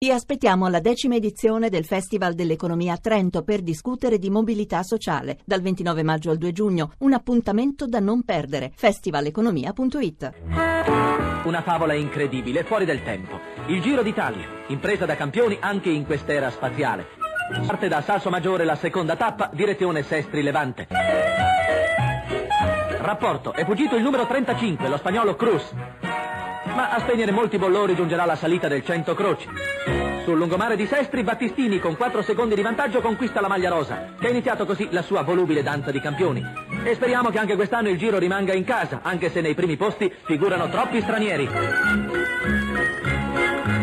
Vi aspettiamo alla 10ª edizione del Festival dell'Economia a Trento per discutere di mobilità sociale. Dal 29 maggio al 2 giugno, un appuntamento da non perdere. festivaleconomia.it. Una favola incredibile, fuori del tempo. Il Giro d'Italia, impresa da campioni anche in quest'era spaziale. Parte da Salsomaggiore la seconda tappa, direzione Sestri-Levante. Rapporto, è fuggito il numero 35, lo spagnolo Cruz. Ma a spegnere molti bollori giungerà la salita del 100 Croci. Sul lungomare di Sestri, Battistini con 4 secondi di vantaggio conquista la maglia rosa, che ha iniziato così la sua volubile danza di campioni. E speriamo che anche quest'anno il Giro rimanga in casa, anche se nei primi posti figurano troppi stranieri.